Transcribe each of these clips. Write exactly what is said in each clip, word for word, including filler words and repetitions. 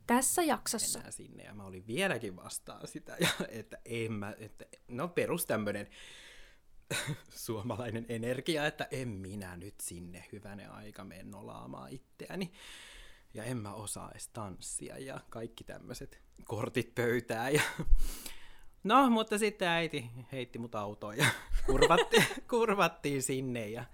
Tässä jaksossa. Mennään sinne ja mä olin vieläkin vastaan sitä, ja, että en mä, että, no perus tämmönen suomalainen energia, että en minä nyt sinne hyvänen aika mene nolaamaan itseäni. Ja en mä osaa edes tanssia ja kaikki tämmöiset kortit pöytään. Ja no, mutta sitten äiti heitti mut autoon ja kurvatti, kurvattiin sinne. Ja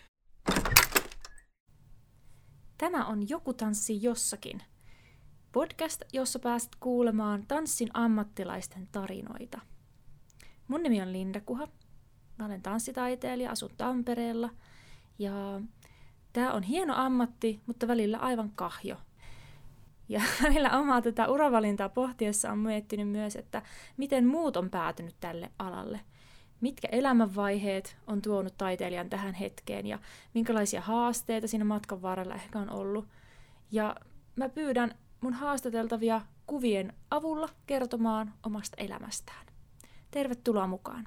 Tämä on Joku tanssii jossakin. Podcast, jossa pääset kuulemaan tanssin ammattilaisten tarinoita. Mun nimi on Linda Kuha. Mä olen tanssitaiteilija, asun Tampereella. Ja tää on hieno ammatti, mutta välillä aivan kahjo. Ja välillä omaa tätä uravalintaa pohtiessa on miettinyt myös, että miten muut on päätynyt tälle alalle. Mitkä elämänvaiheet on tuonut taiteilijan tähän hetkeen ja minkälaisia haasteita siinä matkan varrella ehkä on ollut. Ja mä pyydän mun haastateltavia kuvien avulla kertomaan omasta elämästään. Tervetuloa mukaan!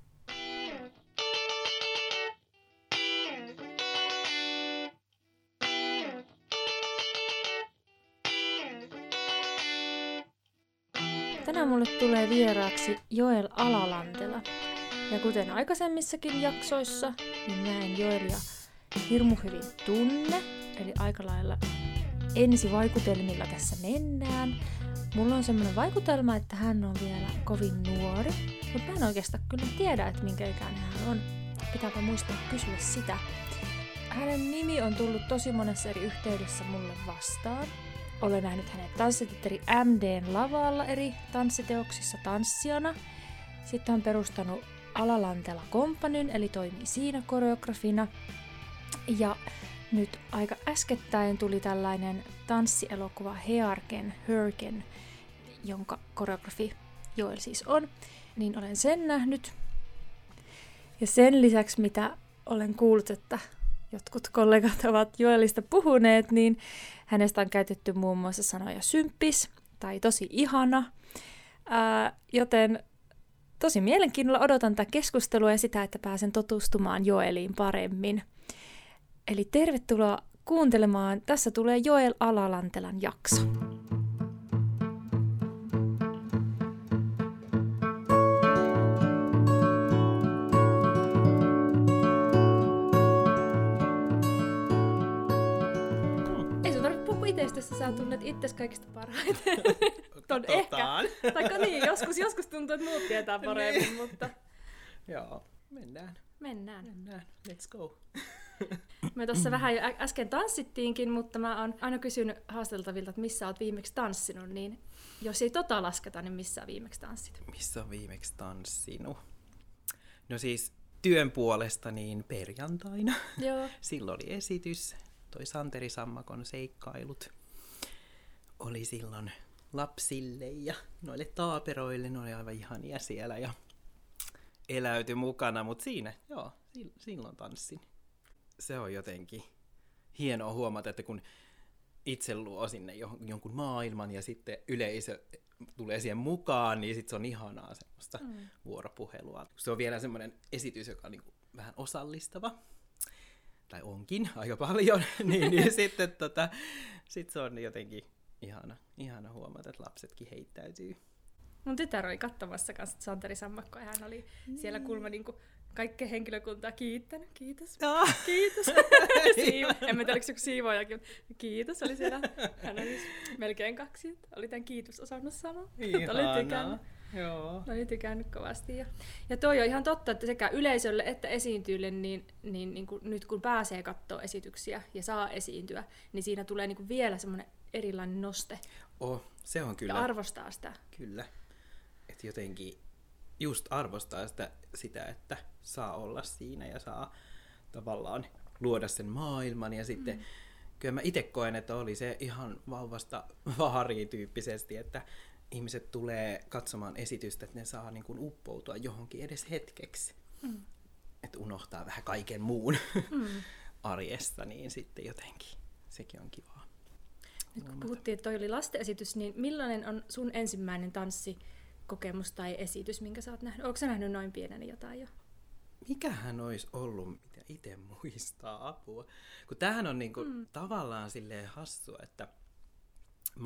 Tänään mulle tulee vieraaksi Joel Alalantela. Ja kuten aikaisemmissakin jaksoissa, niin mä en Joelia hirmu hyvin tunne. Eli aika lailla ensivaikutelmilla tässä mennään. Mulla on semmoinen vaikutelma, että hän on vielä kovin nuori. Mutta mä en oikeastaan kyllä tiedä, että minkä ikäinen hän on. Pitääpä muistaa kysyä sitä. Hänen nimi on tullut tosi monessa eri yhteydessä mulle vastaan. Olen nähnyt hänet tanssiteatteri M D:n lavalla eri tanssiteoksissa tanssijana. Sitten on perustanut Alalantela Companyn, eli toimii siinä koreografina. Ja nyt aika äskettäin tuli tällainen tanssielokuva Hearken, Hurken, jonka koreografi Joel siis on. Niin olen sen nähnyt. Ja sen lisäksi, mitä olen kuullut, että jotkut kollegat ovat Joelista puhuneet, niin hänestä on käytetty muun muassa sanoja symppis tai tosi ihana. Ää, joten tosi mielenkiinnolla odotan tätä keskustelua ja sitä, että pääsen tutustumaan Joeliin paremmin. Eli tervetuloa kuuntelemaan. Tässä tulee Joel Alalantelan jakso. Itsestä sä tunnet itses kaikista parhaiten. Ton ehkä. Taikka niin, joskus, joskus tuntuu, että muut tietää paremmin, niin. Mutta joo, mennään. Mennään. Mennään, let's go. Me tuossa vähän jo ä- äsken tanssittiinkin, mutta mä oon aina kysynyt haasteltavilta, että missä oot viimeksi tanssinut, niin jos ei tota lasketa, niin missä on viimeksi tanssit? Missä on viimeksi tanssinut? No siis työn puolesta niin perjantaina. Joo. Silloin oli esitys. Toi Santeri Sammakon seikkailut oli silloin lapsille ja noille taaperoille, ne oli aivan ihania siellä ja eläytyi mukana, mutta siinä, joo, silloin tanssin. Se on jotenkin hienoa huomata, että kun itse luo sinne jonkun maailman ja sitten yleisö tulee siihen mukaan, niin sitten se on ihanaa semmoista mm. vuoropuhelua. Se on vielä semmoinen esitys, joka on niin kuin vähän osallistava. Tai onkin aika paljon, niin, niin sitten tota, sit se on jotenkin ihana, ihana huomata, että lapsetkin heittäytyy. Mun tytär oli katsomassa kanssa Santeri Sammakkoa ja hän oli mm. siellä kuulemma niinku kaikkea henkilökuntaa kiittänyt. Kiitos. No. Kiitos. Siivo. En mä tiedä, oliko joku siivoajakin, mutta kiitos oli siellä. Hän oli melkein kaksi. Oli tämän kiitos osannut sanoa. Ihanaa. Joo. Olen tykännyt kovasti. Ja, ja toi on ihan totta, että sekä yleisölle että esiintyjille, niin, niin, niin kuin nyt kun pääsee katsoa esityksiä ja saa esiintyä, niin siinä tulee niin kuin vielä semmoinen erilainen noste. Oh, se on kyllä. Ja arvostaa sitä. Kyllä. Että jotenkin just arvostaa sitä, sitä, että saa olla siinä ja saa tavallaan luoda sen maailman. Ja sitten mm. kyllä mä itse koen, että oli se ihan vauvasta vaariin tyyppisesti, että ihmiset tulee katsomaan esitystä, että ne saa niin kuin uppoutua johonkin edes hetkeksi. Mm. Että unohtaa vähän kaiken muun mm. arjesta, niin sitten jotenkin sekin on kivaa. Nyt kun puhuttiin, että toi oli lastenesitys, niin millainen on sun ensimmäinen tanssikokemus tai esitys, minkä sä oot nähnyt? Ootko sä nähnyt noin pienenä jotain jo? Mikähän olisi ollut, mitä itse muistaa apua? Kun tämähän on niinku mm. tavallaan silleen hassua, että mä oon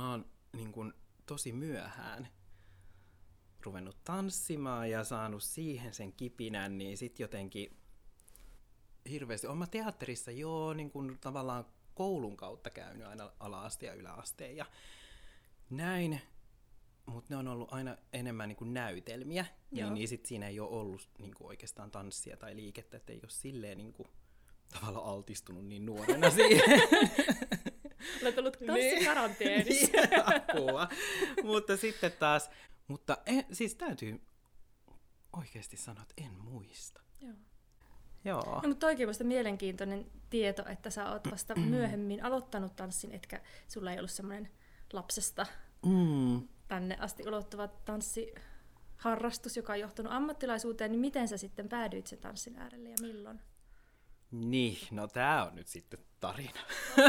niin kun, tosi myöhään ruvennut tanssimaan ja saanut siihen sen kipinän, niin sit jotenkin hirveästi. Olen mä teatterissa joo, niin kun tavallaan koulun kautta käynyt aina ala-aste ja yläasteen ja näin, mutta ne on ollut aina enemmän niin kuin näytelmiä, niin, niin sit siinä ei ole ollut niin kuin oikeastaan tanssia tai liikettä, että ei ole silleen niin kuin, tavallaan altistunut niin nuorena siihen. Olet ollut tanssikaranteenissa. Niin, apua. Mutta sitten taas, mutta en, siis täytyy oikeasti sanoa, että en muista. Joo. Joo. No, mutta toikin vasta mielenkiintoinen tieto, että sä oot vasta myöhemmin aloittanut tanssin, etkä sulla ei ollut semmoinen lapsesta Mm. tänne asti ulottuva tanssiharrastus, joka on johtanut ammattilaisuuteen, niin miten sä sitten päädyit sen tanssin äärelle ja milloin? Niin, no tää on nyt sitten tarina.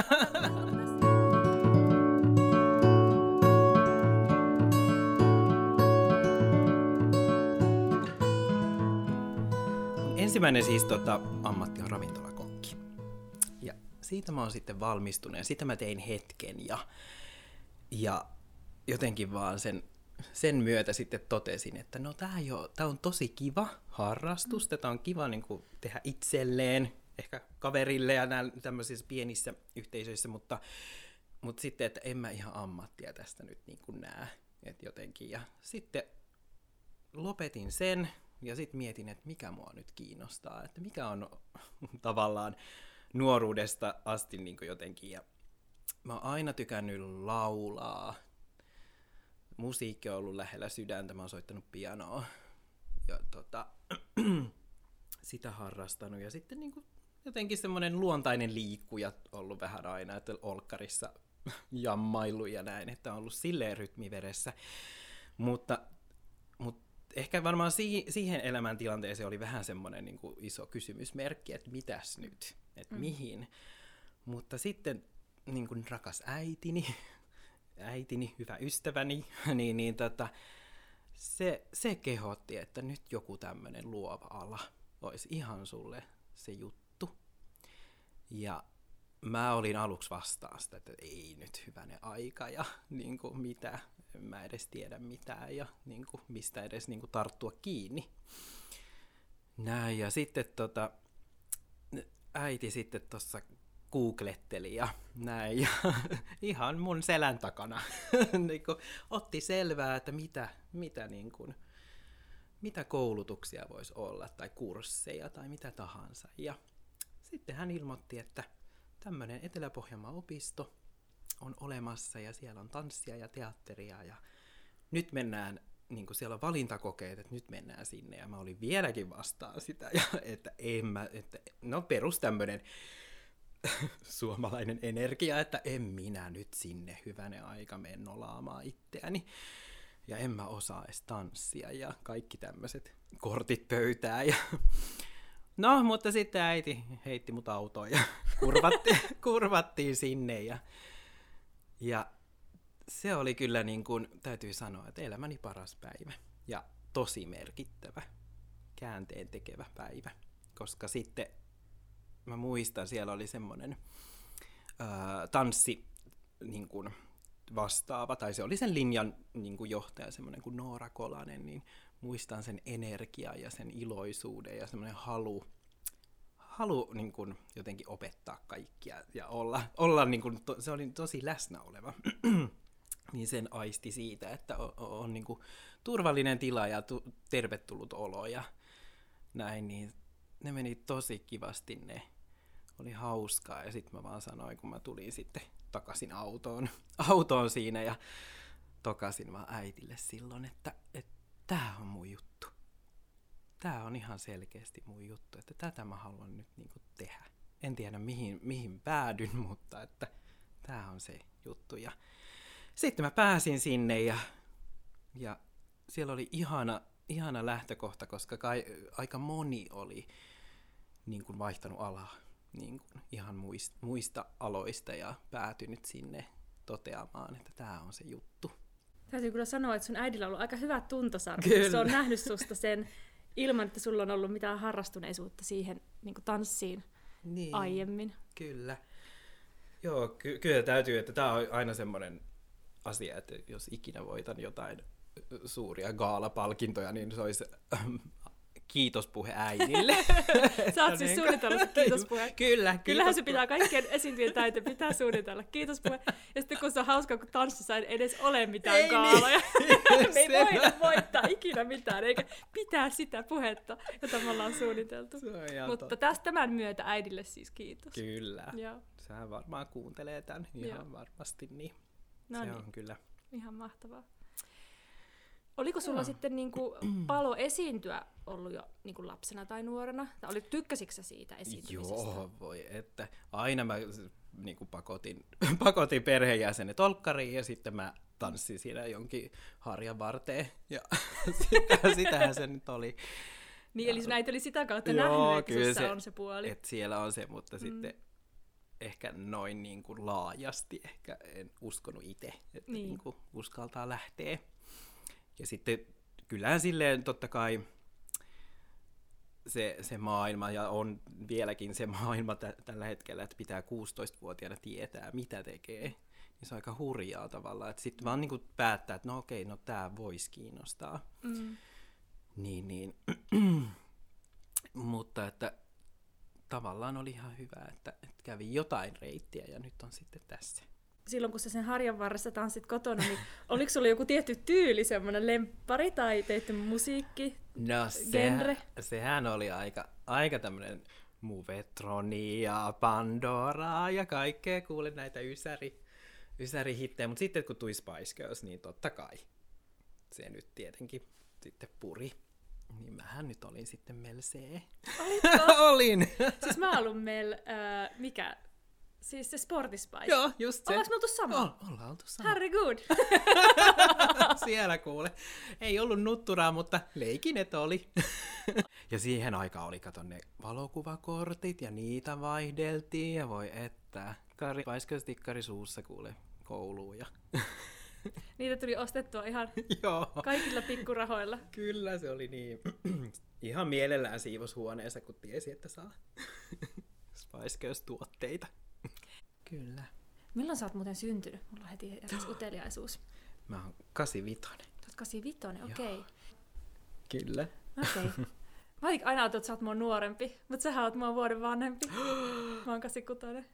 Ensimmäinen siis tota, ammatti on ravintolakokki. Ja siitä mä oon sitten valmistunut ja sitä mä tein hetken ja, ja jotenkin vaan sen, sen myötä sitten totesin, että no tää, jo, tää on tosi kiva harrastus, tätä on kiva niin kuin tehdä itselleen, ehkä kaverille ja nää, tämmöisissä pienissä yhteisöissä, mutta, mutta sitten, että en mä ihan ammattia tästä nyt niin kuin näe, että jotenkin. Ja sitten lopetin sen ja sitten mietin, että mikä mua nyt kiinnostaa, että mikä on tavallaan nuoruudesta asti niin kuin jotenkin. Ja mä oon aina tykännyt laulaa. Musiikki on ollut lähellä sydäntä, mä oon soittanut pianoa ja tota, sitä harrastanut. Ja sitten niin kuin jotenkin semmoinen luontainen liikkuja ollut vähän aina, että olkkarissa jammailu ja näin, että on ollut silleen rytmiveressä. Mutta, mutta ehkä varmaan siihen, siihen elämäntilanteeseen oli vähän semmoinen niin kuin iso kysymysmerkki, että mitäs nyt, että mm. mihin. Mutta sitten niin kuin rakas äitini, äitini, hyvä ystäväni, niin, niin tota, se, se kehotti, että nyt joku tämmöinen luova ala olisi ihan sulle se juttu. Ja mä olin aluksi vastaan sitä, että ei nyt hyvänen aika ja niin kuin mitä, en mä edes tiedä mitään ja niin kuin mistä edes niin kuin tarttua kiinni. Näin, ja sitten tota, äiti sitten tuossa googletteli ja näin, ja ihan mun selän takana niin kuin otti selvää, että mitä, mitä, niin kuin, mitä koulutuksia voisi olla, tai kursseja, tai mitä tahansa. Ja sitten hän ilmoitti, että tämmöinen Etelä-Pohjanmaan opisto on olemassa, ja siellä on tanssia ja teatteria, ja nyt mennään, niin kuin siellä on valintakokeet, että nyt mennään sinne, ja mä olin vieläkin vastaan sitä, ja että en mä, että no perus tämmöinen suomalainen energia, että en minä nyt sinne hyvänen aika mene nolaamaan itseäni. Ja en mä osaa edes tanssia ja kaikki tämmöiset kortit pöytään. Ja no, mutta sitten äiti heitti mut autoon ja kurvatti, kurvattiin sinne. Ja, ja se oli kyllä niin kuin, täytyy sanoa, että elämäni paras päivä. Ja tosi merkittävä, käänteen tekevä päivä. Koska sitten mä muistan, siellä oli semmoinen ää, tanssi niin kuin vastaava, tai se oli sen linjan niin kuin johtaja, semmoinen kuin Noora Kolanen, niin muistan sen energiaa ja sen iloisuuden ja semmoinen halu, halu niin kuin jotenkin opettaa kaikkia ja olla, olla niin kuin, to, se oli tosi läsnä oleva. Niin sen aisti siitä, että on, on niin kuin turvallinen tila ja tu, tervetullut olo ja näin, niin ne meni tosi kivasti, ne oli hauskaa ja sitten mä vaan sanoin, kun mä tulin sitten takaisin autoon, autoon siinä ja tokasin vaan äitille silloin, että, että tää on mun juttu. Tää on ihan selkeästi mun juttu, että tätä mä haluan nyt niinku tehdä. En tiedä mihin, mihin päädyn, mutta että tää on se juttu. Ja sitten mä pääsin sinne ja, ja siellä oli ihana, ihana lähtökohta, koska kai, aika moni oli niin kuin vaihtanut alaa niin kuin ihan muista, muista aloista ja päätynyt sinne toteamaan, että tämä on se juttu. Täytyy kyllä sanoa, että sun äidillä on ollut aika hyvä tuntosarja. Kyllä. Se on nähnyt susta sen ilman, että sulla on ollut mitään harrastuneisuutta siihen niin kuin tanssiin niin, aiemmin. Kyllä. Joo, ky- kyllä täytyy, että tämä on aina semmoinen asia, että jos ikinä voitan jotain suuria gaalapalkintoja, niin se olisi kiitospuhe äidille. Sä oot siis suunnitellut se kiitospuhe. Kyllä. Kyllähän se pitää kaikkien esiintyjien täytyy pitää suunnitella kiitospuhe. Ja sitten kun se on hauska, kun tanssissa ei edes ole mitään ei gaaloja. Niin. Me ei voida voittaa ikinä mitään, eikä pitää sitä puhetta, jota me ollaan suunniteltu. Mutta tästä tämän myötä äidille siis kiitos. Kyllä. Joo. Sehän varmaan kuuntelee tämän ihan Joo. varmasti. Niin. No se niin. on kyllä. Ihan mahtavaa. Oliko sulla no. sitten niinku palo esiintyä ollut jo niinku lapsena tai nuorena? Tai oli, tykkäsitkö sä siitä esiintymisestä? Joo, voi että. Aina mä niinku pakotin, pakotin perheenjäsenet olkkariin ja sitten mä tanssin siinä jonkin harjan varteen. Ja sitä, sitähän se nyt oli. Niin, eli näitä oli sitä kautta nähnyt, että sussa se, on se puoli. Että siellä on se, mutta mm. sitten ehkä noin niin kuin laajasti ehkä en uskonut itse, että niin. Niin kuin uskaltaa lähteä. Ja sitten kyllähän silleen totta kai se, se maailma, ja on vieläkin se maailma t- tällä hetkellä, että pitää kuusitoistavuotiaana tietää, mitä tekee. Niin se on aika hurjaa tavallaan, että sitten vaan niin kuin päättää, että no okei, no tää voisi kiinnostaa. Mm. Niin, niin. Mutta että tavallaan oli ihan hyvä, että, että kävi jotain reittiä ja nyt on sitten tässä. Silloin kun sä sen harjan varressa tanssit kotona, niin oliko sulla joku tietty tyyli, semmoinen lemppari tai teitte musiikki, no, genre? Sehän, sehän oli aika, aika tämmöinen Movetronia, Pandoraa ja kaikkea, kuulin näitä ysäri, ysärihittejä, mutta sitten kun tuli Spice Girls, niin totta kai se nyt tietenkin sitten puri. Niin mähän nyt olin sitten Mel C. Olitko? Olin! Siis mä olin Mel, äh, mikä? Siis se Sportispice. Joo, just se. Ollaanko me oltu sama? Ol, ollaan oltu sama. Harry good. Siellä kuule. Ei ollut nutturaa, mutta leikin, että oli. Ja siihen aikaan oli, kato, ne valokuvakortit ja niitä vaihdeltiin ja voi että. Kari Spice-Girls-tikkari suussa kuule kouluun ja... Niitä tuli ostettua ihan Joo. kaikilla pikkurahoilla. Kyllä, se oli niin. Ihan mielellään siivos huoneessa, kun tiesi, että saa Spice Girls-tuotteita. Kyllä. Milloin sä oot muuten syntynyt? Mulla on heti eräs uteliaisuus. Mä oon kahdeksankymmentäviisi. Sä oot kahdeksankymmentäviisi, okei. Okay. Kyllä. Okei. Okay. Mä aina ajattelin, että sä oot mua nuorempi, mutta sähän oot mua vuoden vanhempi. Mä oon kahdeksankymmentäkuusi.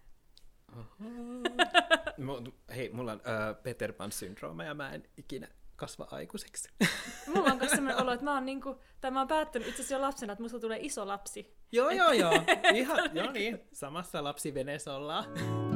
Hei, mulla on uh, Peter Pan-syndrooma ja mä en ikinä kasva aikuiseksi. Mulla on myös sellainen olo, että mä oon, niinku, tai mä oon päättänyt itse asiassa jo lapsena, että musta tulee iso lapsi. Joo, joo, joo. Ihan, joo niin. Samassa lapsiveneessä ollaan.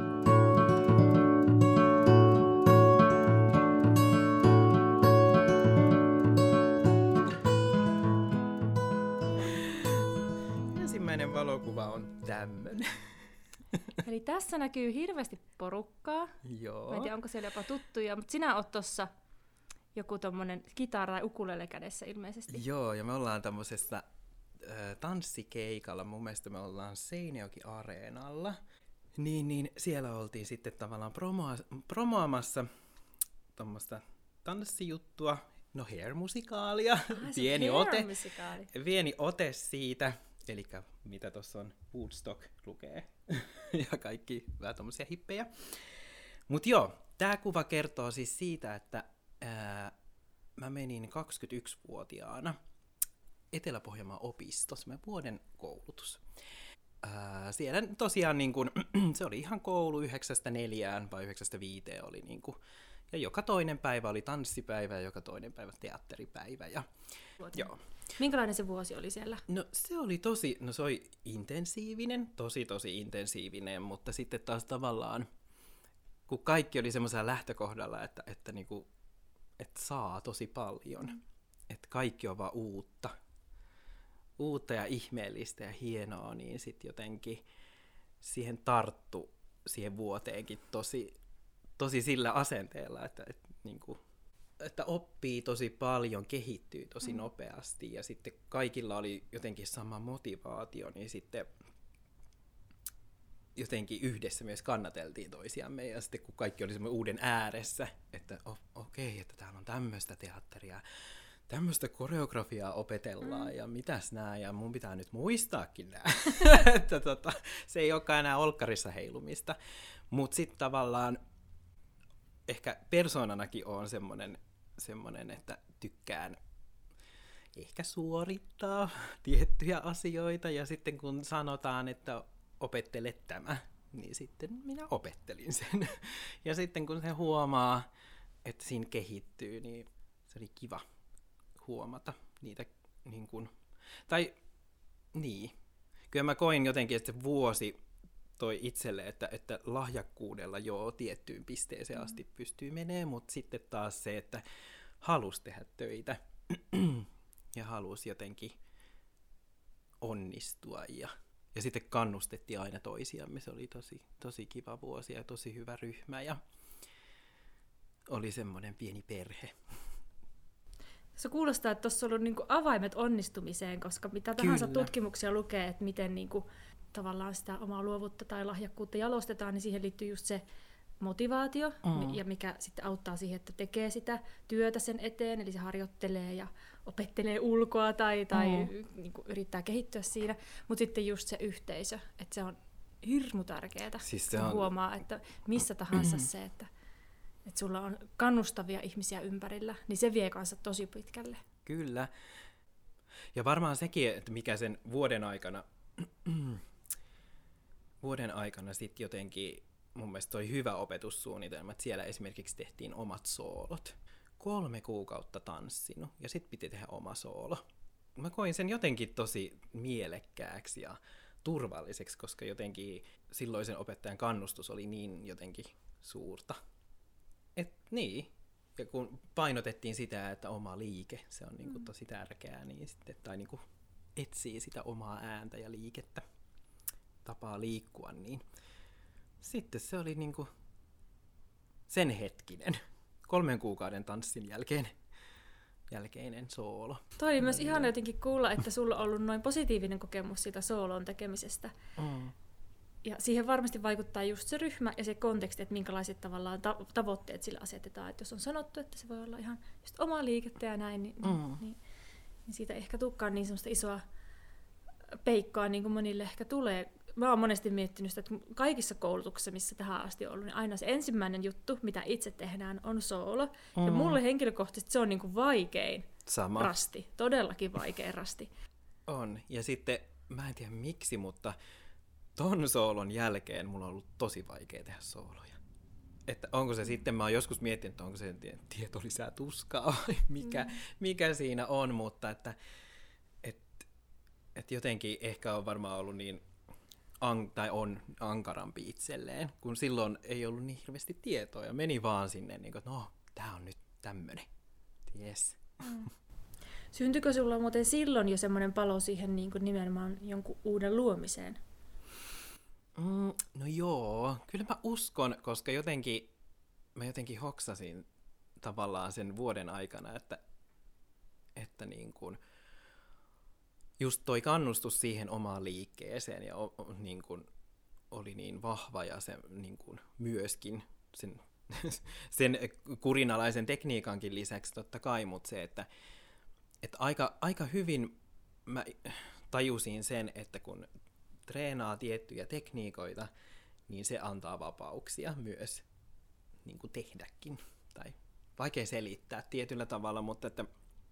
Ensimmäinen valokuva on tämmönen. Eli tässä näkyy hirveästi porukkaa. Joo. Mä en tiedä, onko siellä jopa tuttuja, mutta sinä oot tossa joku tommonen kitara tai ukulele kädessä ilmeisesti. Joo, ja me ollaan tämmöisessä äh, tanssikeikalla. Mun mielestä me ollaan Seinäjoki Areenalla. Niin, niin siellä oltiin sitten tavallaan promo- promoamassa tommoista tanssijuttua. No Hair-musikaalia. Ah, pieni, ote, pieni ote siitä. Eli mitä tuossa on, Woodstock lukee, ja kaikki vähän tommosia hippejä. Mut joo, tää kuva kertoo siis siitä, että ää, mä menin kaksikymmentäyksivuotiaana Etelä-Pohjanmaan opistossa, vuoden koulutus. Ää, siellä tosiaan niin kun, se oli ihan koulu yhdeksästä neljään vai yhdeksästä viiteen oli niin kun, ja joka toinen päivä oli tanssipäivä ja joka toinen päivä teatteripäivä. Ja, joo. Minkälainen se vuosi oli siellä? No se oli tosi, no se oli intensiivinen, tosi tosi intensiivinen, mutta sitten taas tavallaan, kun kaikki oli semmoisella lähtökohdalla, että, että, niinku, että saa tosi paljon, mm. että kaikki on vaan uutta, uutta ja ihmeellistä ja hienoa, niin sitten jotenkin siihen tarttu siihen vuoteenkin tosi, tosi sillä asenteella, että, että niinku, että oppii tosi paljon, kehittyy tosi mm. nopeasti ja sitten kaikilla oli jotenkin sama motivaatio, niin sitten jotenkin yhdessä myös kannateltiin toisiamme ja sitten kun kaikki oli semmoinen uuden ääressä, että oh, okei, okay, että täällä on tämmöistä teatteria, tämmöistä koreografiaa opetellaan mm. ja mitäs nää ja mun pitää nyt muistaakin nää, että tota, se ei olekaan enää olkkarissa heilumista, mutta sitten tavallaan ehkä persoonanakin on semmoinen, semmoinen, että tykkään ehkä suorittaa tiettyjä asioita, ja sitten kun sanotaan, että opettele tämä, niin sitten minä opettelin sen. Ja sitten kun se huomaa, että siinä kehittyy, niin se oli kiva huomata niitä, niin kuin, tai niin. Kyllä mä koin jotenkin, että se vuosi toi itselle, että, että lahjakkuudella joo tiettyyn pisteeseen asti pystyy menee, mutta sitten taas se, että halusi tehdä töitä ja halusi jotenkin onnistua ja, ja sitten kannustettiin aina toisiamme. Se oli tosi, tosi kiva vuosi ja tosi hyvä ryhmä ja oli semmoinen pieni perhe. Se kuulostaa, että tuossa on ollut niinku avaimet onnistumiseen, koska mitä tahansa Kyllä. tutkimuksia lukee, että miten niinku tavallaan sitä omaa luovuutta tai lahjakkuutta jalostetaan, niin siihen liittyy just se motivaatio, mm. ja mikä sitten auttaa siihen, että tekee sitä työtä sen eteen, eli se harjoittelee ja opettelee ulkoa tai, tai mm. niinku yrittää kehittyä siinä, mutta sitten just se yhteisö, että se on hirmu tärkeää, siis se on... huomaa, että missä tahansa se, että että sulla on kannustavia ihmisiä ympärillä, niin se vie kanssa tosi pitkälle. Kyllä. Ja varmaan sekin, että mikä sen vuoden aikana, vuoden aikana sitten jotenkin, mun mielestä toi hyvä opetussuunnitelma, että siellä esimerkiksi tehtiin omat soolot. Kolme kuukautta tanssinut ja sitten piti tehdä oma soolo. Mä koin sen jotenkin tosi mielekkääksi ja turvalliseksi, koska jotenkin silloisen opettajan kannustus oli niin jotenkin suurta. Et niin, ja kun painotettiin sitä, että oma liike, se on niinku tosi tärkeää, niin sitten, tai niinku etsii sitä omaa ääntä ja liikettä, tapaa liikkua, niin sitten se oli niinku sen hetkinen, kolmen kuukauden tanssin jälkeen, jälkeinen soolo. Toi oli myös ihana jotenkin kuulla, että sulla on ollut noin positiivinen kokemus siitä soolon tekemisestä. Mm. Ja siihen varmasti vaikuttaa just se ryhmä ja se konteksti, että minkälaiset tavallaan ta- tavoitteet sillä asetetaan. Että jos on sanottu, että se voi olla ihan just omaa liikettä ja näin, niin, mm. niin, niin siitä ehkä tukkaan niin semmoista isoa peikkaa, niin kuin monille ehkä tulee. Mä oon monesti miettinyt sitä, että kaikissa koulutuksissa, missä tähän asti on ollut, niin aina se ensimmäinen juttu, mitä itse tehdään, on soolo. Mm. Ja mulle henkilökohtaisesti se on niin kuin vaikein Sama. rasti, todellakin vaikein rasti. On, ja sitten mä en tiedä miksi, mutta ton soolon jälkeen mulla on ollut tosi vaikea tehdä sooloja. Että onko se sitten, mä oon joskus miettinyt, että onko se tieto lisää tuskaa vai mikä, mm. mikä siinä on, mutta että et, et jotenkin ehkä on varmaan ollut niin, an, tai on ankarampi itselleen, kun silloin ei ollut niin hirveästi tietoa ja meni vaan sinne, niin kuin, että no, tää on nyt tämmönen. Yes. Mm. Syntyikö sulla muuten silloin jo semmoinen palo siihen niin kuin nimenomaan jonkun uuden luomiseen? Mm, no joo, kyllä mä uskon, koska jotenkin mä jotenkin hoksasin tavallaan sen vuoden aikana, että, että niin kuin, just toi kannustus siihen omaan liikkeeseen ja o, niin kuin, oli niin vahva ja se niin kuin, myöskin sen, sen kurinalaisen tekniikankin lisäksi totta kai, mutta se, että, että aika, aika hyvin mä tajusin sen, että kun treenaa tiettyjä tekniikoita, niin se antaa vapauksia myös niin kuin tehdäkin. Tai vaikea selittää tietyllä tavalla, mutta että,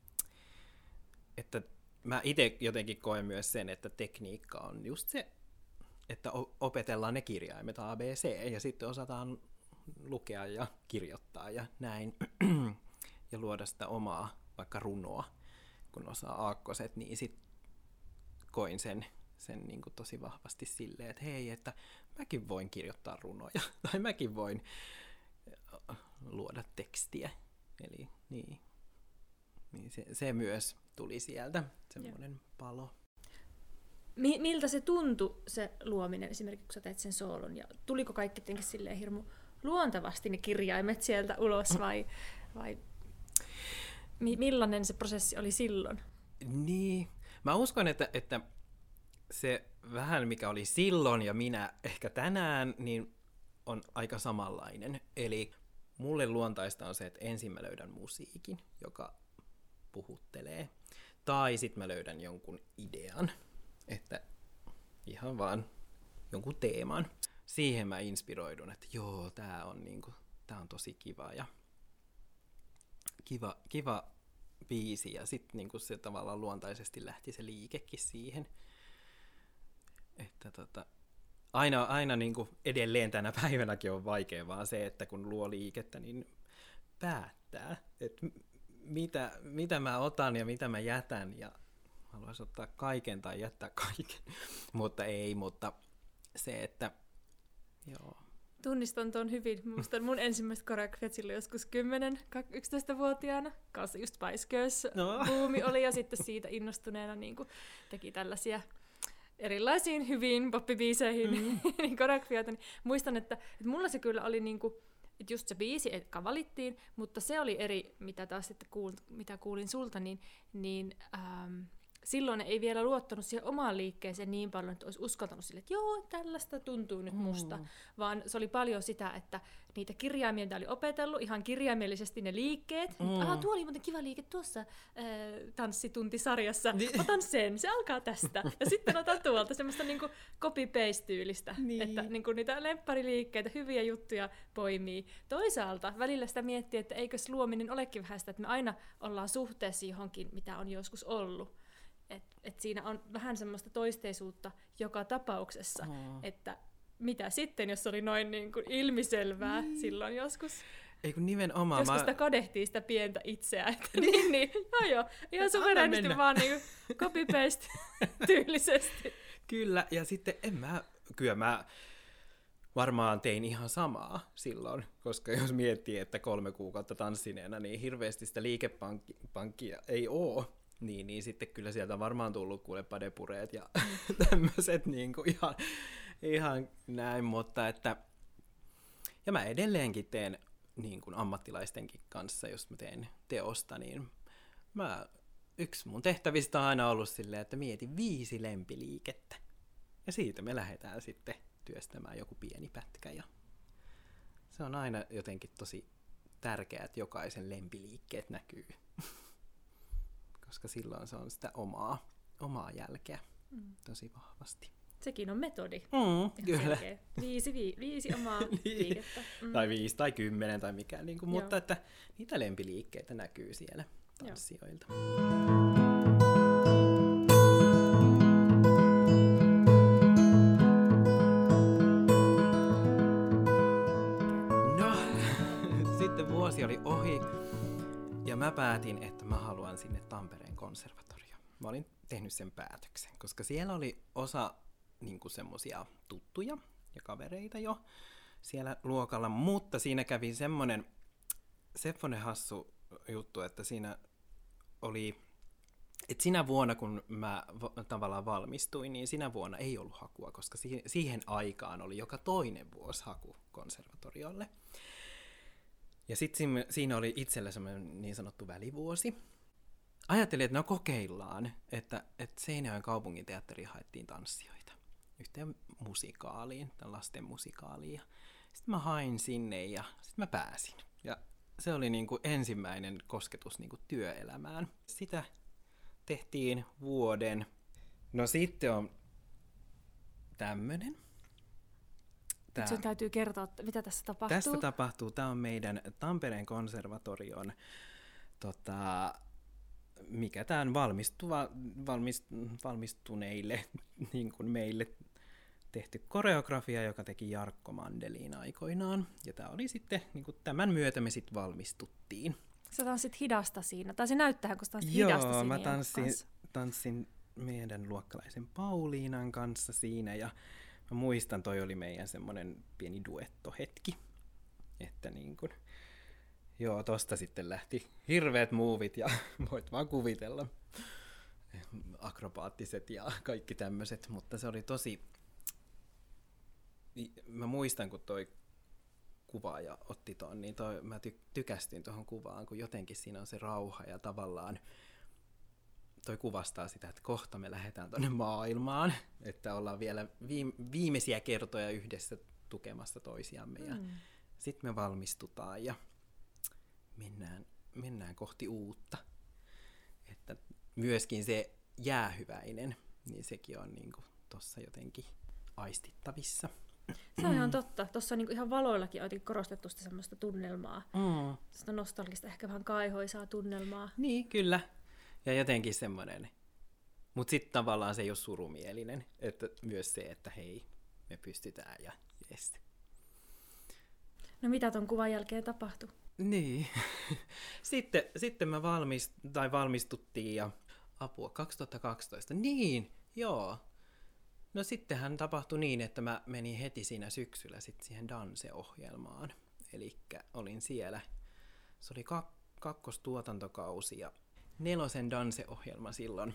että mä itse jotenkin koen myös sen, että tekniikka on just se, että opetellaan ne kirjaimet A, B, C, ja sitten osataan lukea ja kirjoittaa ja näin, ja luoda sitä omaa vaikka runoa, kun osaa aakkoset, niin sitten koin sen sen niin kuin tosi vahvasti silleen, että hei, että mäkin voin kirjoittaa runoja, tai mäkin voin luoda tekstiä. Eli niin, niin se, se myös tuli sieltä, semmoinen palo. Miltä se tuntui, se luominen, esimerkiksi kun sä teit sen soolon, ja tuliko kaikki jotenkin silleen hirmu luontevasti ne kirjaimet sieltä ulos, vai, vai millainen se prosessi oli silloin? Niin, mä uskon, että, että se vähän mikä oli silloin ja minä ehkä tänään, niin on aika samanlainen. Eli mulle luontaista on se, että ensin mä löydän musiikin, joka puhuttelee. Tai sitten mä löydän jonkun idean, että ihan vaan jonkun teeman. Siihen mä inspiroidun, että joo, tää on niinku tää on tosi kiva ja kiva, kiva biisi. Ja sitten niinku se tavallaan luontaisesti lähti se liikekin siihen. Että tota, aina, aina niinku edelleen tänä päivänäkin on vaikea vaan se, että kun luo liikettä, niin päättää, että mitä, mitä mä otan ja mitä mä jätän. Ja haluaisin ottaa kaiken tai jättää kaiken, mutta ei, mutta se, että joo. Tunnistan tuon hyvin. Muistan mun ensimmäiset koreografiat silloin joskus kymmenen-yksitoista-vuotiaana. Kanssa just Spice Girls No. buumi oli ja sitten siitä innostuneena niin kuin teki tällaisia erilaisiin hyviin poppibiiseihin mm. niin koreografioita. Niin muistan, että, että mulla se kyllä oli niin kuin, että just se biisi, joka valittiin, mutta se oli eri, mitä taas sitten kuul, mitä kuulin sulta, niin, niin ähm, silloin ei vielä luottanut siihen omaan liikkeeseen niin paljon, että olisi uskaltanut sille, että joo, tällaista tuntuu nyt musta. Mm. Vaan se oli paljon sitä, että niitä kirjaimia, mitä oli opetellut, ihan kirjaimellisesti ne liikkeet. Mm. Aha, tuo oli muuten kiva liike tuossa äh, tanssituntisarjassa. Niin. Otan sen, se alkaa tästä. Ja sitten otan tuolta semmoista niinku copy-paste-tyylistä, niin. Että niinku niitä lemppariliikkeitä, hyviä juttuja poimii. Toisaalta välillä sitä miettii, että eikös luominen olekin vähän sitä, että me aina ollaan suhteessa johonkin, mitä on joskus ollut. Että et siinä on vähän semmoista toisteisuutta joka tapauksessa, oh. että mitä sitten, jos oli noin niin kuin ilmiselvää niin. silloin joskus. Ei kun nimenomaan. Joskus mä... sitä kadehtii sitä pientä itseä, että niin, niin, joo joo, ihan suverenisti vaan niin copy-paste tyylisesti. Kyllä, ja sitten en mä, kyllä mä varmaan tein ihan samaa silloin, koska jos miettii, että kolme kuukautta tanssineena, niin hirveästi sitä liikepankkia ei oo. Niin, niin sitten kyllä sieltä on varmaan tullut kuule padepureet ja tämmöiset niin kuin ihan, ihan näin, mutta että ja mä edelleenkin teen niin kuin ammattilaistenkin kanssa, jos mä teen teosta, niin mä, yksi mun tehtävistä on aina ollut silleen, että mieti viisi lempiliikettä ja siitä me lähdetään sitten työstämään joku pieni pätkä ja se on aina jotenkin tosi tärkeää, että jokaisen lempiliikkeet näkyy. Koska silloin se on sitä omaa, omaa jälkeä mm. tosi vahvasti. Sekin on metodi. Mm, kyllä. Viisi, vi, viisi omaa niin. liikettä. Mm. Tai viisi tai kymmenen tai mikä, niin kuin, mutta että niitä lempiliikkeitä näkyy siellä tanssijoilta. No, sitten vuosi oli ohi. Ja mä päätin, että mä haluan sinne Tampereen konservatorioon. Mä olin tehnyt sen päätöksen, koska siellä oli osa niinku semmosia tuttuja ja kavereita jo siellä luokalla, mutta siinä kävi semmonen, semmonen hassu juttu, että siinä oli, että sinä vuonna kun mä v- tavallaan valmistuin, niin sinä vuonna ei ollut hakua, koska si- siihen aikaan oli joka toinen vuosi haku konservatoriolle. Ja sitten siinä oli itsellä semmoinen niin sanottu välivuosi. Ajattelin, että no kokeillaan, että, että Seinäjoen kaupungin teatteriin haettiin tanssijoita yhteen musikaaliin, tämän lasten musikaaliin. Sitten mä hain sinne ja sitten mä pääsin. Ja se oli niin kuin ensimmäinen kosketus niin kuin työelämään. Sitä tehtiin vuoden. No sitten on tämmönen. Tää, sun täytyy kertoa, mitä tässä tapahtuu. Tässä tapahtuu. Tämä on meidän Tampereen konservatorion, tota, mikä tämä on valmistuva, valmist, valmistuneille, niin kuin meille tehty koreografia, joka teki Jarkko Mandelin aikoinaan. Ja tämä oli sitten, niin kuin tämän myötä me sitten valmistuttiin. Sä tanssit hidasta siinä, tai se näyttää, kun sä tanssit Joo, hidasta siinä. Joo, mä tanssin, tanssin meidän luokkalaisen Pauliinan kanssa siinä ja mä muistan, toi oli meidän semmoinen pieni duettohetki, että niin kun, joo, tosta sitten lähti hirveät muuvit ja voit vaan kuvitella akrobaattiset ja kaikki tämmöiset, mutta se oli tosi, mä muistan, kun toi kuvaaja otti ton, niin toi, mä ty- tykästyin tuohon kuvaan, kun jotenkin siinä on se rauha ja tavallaan toi kuvastaa sitä, että kohta me lähdetään tonne maailmaan, että ollaan vielä viime- viimeisiä kertoja yhdessä tukemassa toisiamme ja mm. sitten me valmistutaan ja mennään, mennään kohti uutta. Että myöskin se jäähyväinen, niin sekin on niinku tossa jotenkin aistittavissa. Se on ihan totta. Tuossa on niinku ihan valoillakin jotenkin korostettu sitä semmoista tunnelmaa. Mm. Sitä nostalgista, ehkä vähän kaihoisaa tunnelmaa. Niin, kyllä. Ja jotenkin semmoinen. Mutta sitten tavallaan se ei ole surumielinen. Että myös se, että hei, me pystytään ja jes. No mitä ton kuvan jälkeen tapahtui? Niin. sitten, sitten me valmist, tai valmistuttiin ja apua kaksituhattakaksitoista. Niin, joo. No sittenhän tapahtui niin, että mä menin heti siinä syksyllä sit siihen Danse-ohjelmaan. Elikkä olin siellä. Se oli kak- kakkostuotantokausi ja nelosen Danse-ohjelma silloin.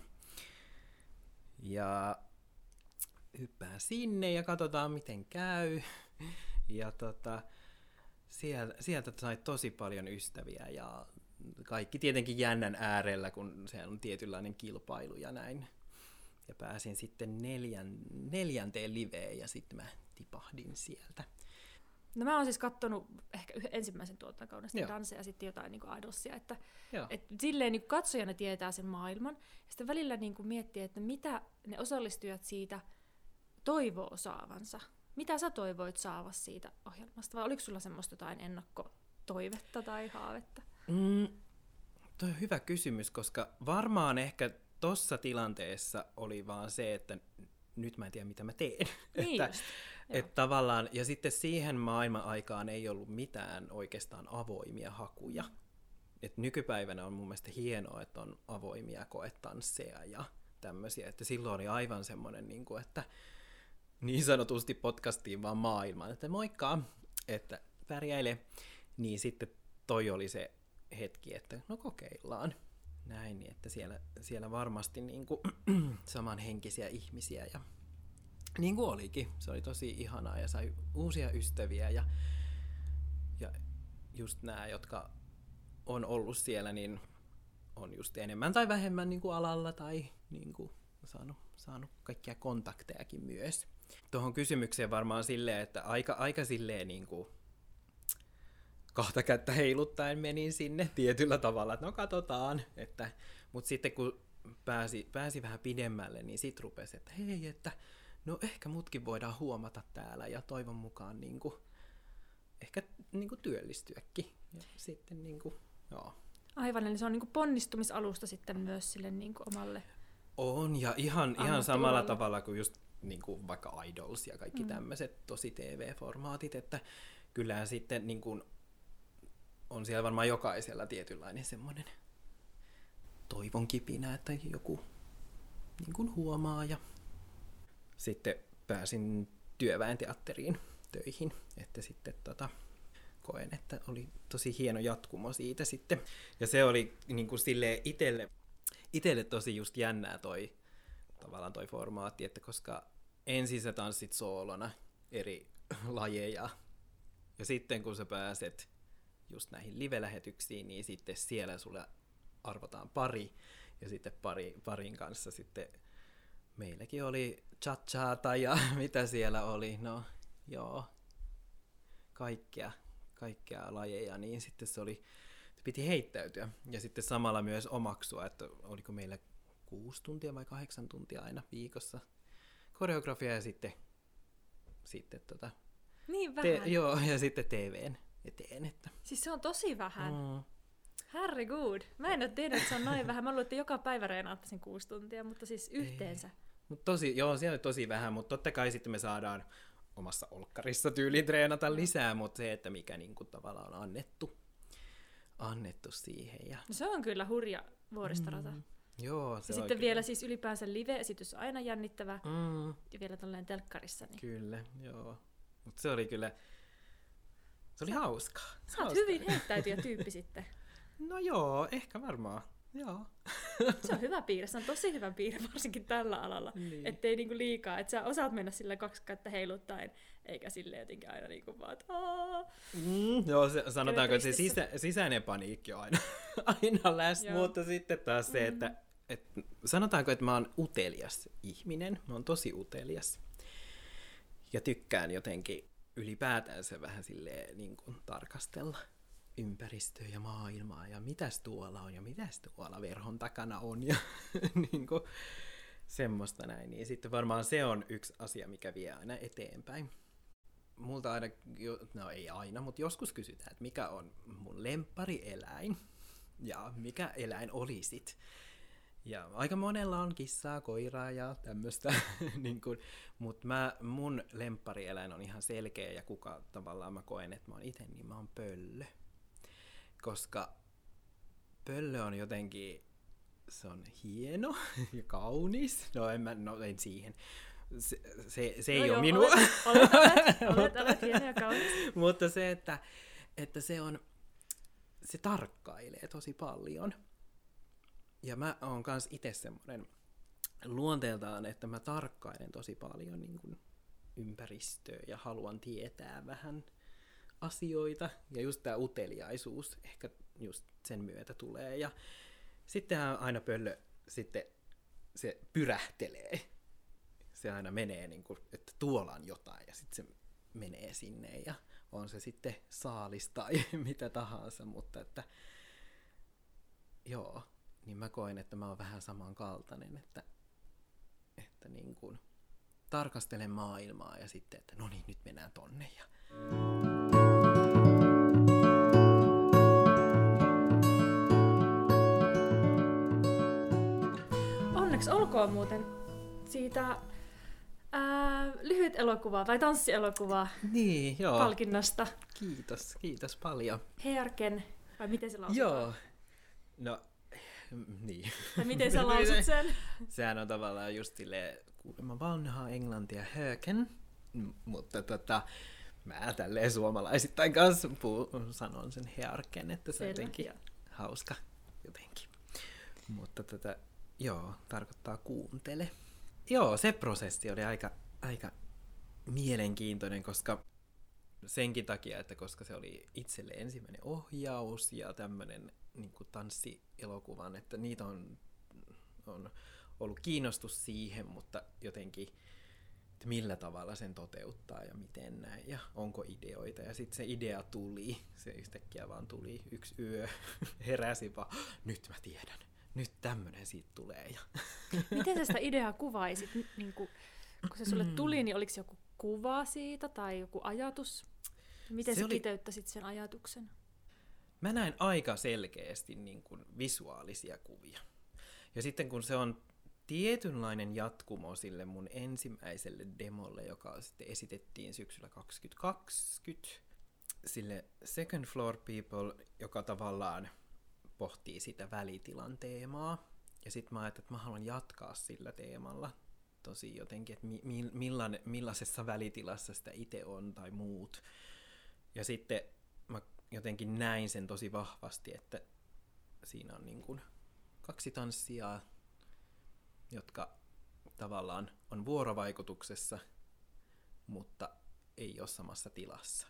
Ja hyppään sinne ja katsotaan miten käy. Ja tota, sieltä, sieltä sai tosi paljon ystäviä ja kaikki tietenkin jännän äärellä, kun se on tietynlainen kilpailu ja näin. Ja pääsin sitten neljän, neljänteen liveen ja sitten mä tipahdin sieltä. No mä oon siis kattonut ehkä ensimmäisen tuotantokauden sitä Dansea ja sitten jotain niin Idolsia, että et silleen niin katsojana tietää sen maailman. Ja sitten välillä niin miettii, että mitä ne osallistujat siitä toivoo saavansa. Mitä sä toivoit saavasi siitä ohjelmasta? Vai oliko sulla semmoista jotain ennakkotoivetta tai haavetta? Mm, toi on hyvä kysymys, koska varmaan ehkä tossa tilanteessa oli vaan se, että nyt mä en tiedä, mitä mä teen. Niin että, just, että tavallaan, ja sitten siihen maailman aikaan ei ollut mitään oikeastaan avoimia hakuja. Et nykypäivänä on mun mielestä hienoa, että on avoimia koetansseja ja tämmöisiä. Että silloin oli aivan semmoinen, niin kuin, että niin sanotusti podcastiin vaan maailmaan, että moikka, että pärjäile. Niin sitten toi oli se hetki, että no kokeillaan. Näin, niin että siellä, siellä varmasti niin kuin samanhenkisiä ihmisiä ja niin kuin olikin. Se oli tosi ihanaa ja sai uusia ystäviä ja, ja just nämä, jotka on ollut siellä, niin on just enemmän tai vähemmän niin kuin alalla tai niin kuin saanut, saanut kaikkia kontaktejakin myös. Tuohon kysymykseen varmaan silleen, että aika, aika silleen niin kuin kahta kättä heiluttaen menin sinne tietyllä tavalla, että no katsotaan. Että, mutta sitten kun pääsi, pääsi vähän pidemmälle, niin sitten rupesi, että hei, että no ehkä mutkin voidaan huomata täällä ja toivon mukaan niin kuin, ehkä niin kuin työllistyäkin. Ja sitten niin kuin, joo. Aivan, eli se on niin kuin ponnistumisalusta sitten myös sille niin kuin omalle. On, ja ihan, ihan samalla tavalla kuin just niin kuin vaikka Idols ja kaikki mm. tämmöiset tosi T V-formaatit, että kyllähän sitten niin kuin on siellä varmaan jokaisella tietynlainen semmoinen toivon kipinä, että joku niin kuin huomaa. Ja sitten pääsin työväenteatteriin töihin, että sitten tota, koen, että oli tosi hieno jatkumo siitä sitten. Ja se oli niin kuin silleen itselle, itselle tosi just jännää toi, tavallaan toi formaatti, että koska ensin sä tanssit soolona eri lajeja, ja sitten kun sä pääset just näihin live-lähetyksiin, niin sitten siellä sulle arvotaan pari, ja sitten pari, parin kanssa sitten meilläkin oli cha-chata ja mitä siellä oli, no joo, kaikkea, kaikkea lajeja, niin sitten se oli, piti heittäytyä, ja sitten samalla myös omaksua, että oliko meillä kuusi tuntia vai kahdeksan tuntia aina viikossa koreografia, ja sitten, sitten tota, niin vähän. Te, joo, ja sitten T V:n eteen. Että. Siis se on tosi vähän. Mm. Herregud. Mä en ole tiennyt, että se on noin vähän. Mä luulen, että joka päivä reenaatte sen kuusi tuntia, mutta siis yhteensä. Mut tosi, joo, siellä on tosi vähän, mutta totta kai sitten me saadaan omassa olkkarissa tyyliin treenata mm. lisää, mutta se, että mikä niinku tavallaan on annettu, annettu siihen. Ja. No se on kyllä hurja vuoristorata. Mm. Joo, se ja sitten kyllä. Vielä siis ylipäänsä live-esitys on aina jännittävä. Mm. Ja vielä tolleen telkkarissa. Niin. Kyllä, joo. Mutta se oli kyllä, se oli sä, hauskaa. Sä oot hyvin heittäytyjä tyyppi sitten. No joo, ehkä varmaan. Joo. Se on hyvä piirre, se on tosi hyvä piirre, varsinkin tällä alalla. Niin. Ettei niinku liikaa, että sä osaat mennä sillä kaksi kättä heiluttaen, eikä sille jotenkin aina niinku vaan, että mm, joo, se, sanotaanko, että se sisä, sisäinen paniikki on aina, aina läsnä, mutta sitten taas se, että mm-hmm. et, sanotaanko, että mä oon utelias ihminen, mä oon tosi utelias. Ja tykkään jotenkin ylipäätään se vähän silleen niin kuin tarkastella ympäristöä ja maailmaa ja mitäs tuolla on ja mitäs tuolla verhon takana on ja niin kuin semmoista näin. Niin sitten varmaan se on yksi asia, mikä vie aina eteenpäin. multa aina, no ei aina, mutta joskus kysytään, että mikä on mun lempparieläin ja mikä eläin olisit. Ja aika monella on kissaa, koiraa ja tämmöistä, niin mutta mun lempparieläin on ihan selkeä ja kuka tavallaan mä koen, että mä oon itse, niin mä oon pöllö. Koska pöllö on jotenkin, se on hieno ja kaunis, no en mä, no en siihen. Se, se, se ei no ole joo, minua. Olet, olet, olet, olet, olet hieno ja kaunis. Mutta se, että, että se on, se tarkkailee tosi paljon. Ja mä oon kans itse semmoinen luonteeltaan, että mä tarkkailen tosi paljon niin kuin ympäristöä ja haluan tietää vähän asioita. Ja just tää uteliaisuus ehkä just sen myötä tulee. Ja sittenhän aina pöllö sitten se pyrähtelee. Se aina menee, niin kuin, että tuolla on jotain ja sitten se menee sinne ja on se sitten saalis tai mitä tahansa, mutta että joo, niin mä koen, että mä oon vähän samankaltainen, että, että niin kuin tarkastelen maailmaa ja sitten, että no niin, nyt mennään tonne. Ja onneksi olkoon muuten siitä ää, lyhyt elokuva tai tanssielokuva niin, joo. palkinnasta. Kiitos, kiitos paljon. Herken, vai miten se lausutaan? Joo, no niin. Tai miten sä lausut sen? Sehän on tavallaan just silleen kuulemma vanhaa englantia Herken, mutta tota, mä tälleen suomalaisittain kanssa puhun, sanon sen Herken, että se on jotenkin hauska jotenkin. Mutta tota, joo, tarkoittaa kuuntele. Joo, se prosessi oli aika, aika mielenkiintoinen, koska senkin takia, että koska se oli itselle ensimmäinen ohjaus ja tämmöinen niin kuin tanssielokuvan, että niitä on, on ollut kiinnostus siihen, mutta jotenkin, että millä tavalla sen toteuttaa ja miten näin ja onko ideoita. Ja sitten se idea tuli, se yhtäkkiä vaan tuli yksi yö, heräsi vaan, nyt mä tiedän. Nyt tämmönen siitä tulee. Ja miten sä sitä ideaa kuvaisit? Niin kun, kun se sulle tuli, niin oliko joku kuva siitä tai joku ajatus? Miten se sä oli kiteyttäisit sen ajatuksen? Mä näin aika selkeästi niin kuin visuaalisia kuvia. Ja sitten kun se on tietynlainen jatkumo sille mun ensimmäiselle demolle, joka sitten esitettiin syksyllä kaksituhattakaksikymmentä, sille Second Floor People, joka tavallaan pohtii sitä välitilan teemaa. Ja sitten mä ajattelin, että mä haluan jatkaa sillä teemalla tosi jotenkin, että mi- millan, millaisessa välitilassa sitä itse on tai muut. Ja sitten mä jotenkin näin sen tosi vahvasti, että siinä on niin kuin kaksi tanssijaa, jotka tavallaan on vuorovaikutuksessa, mutta ei ole samassa tilassa.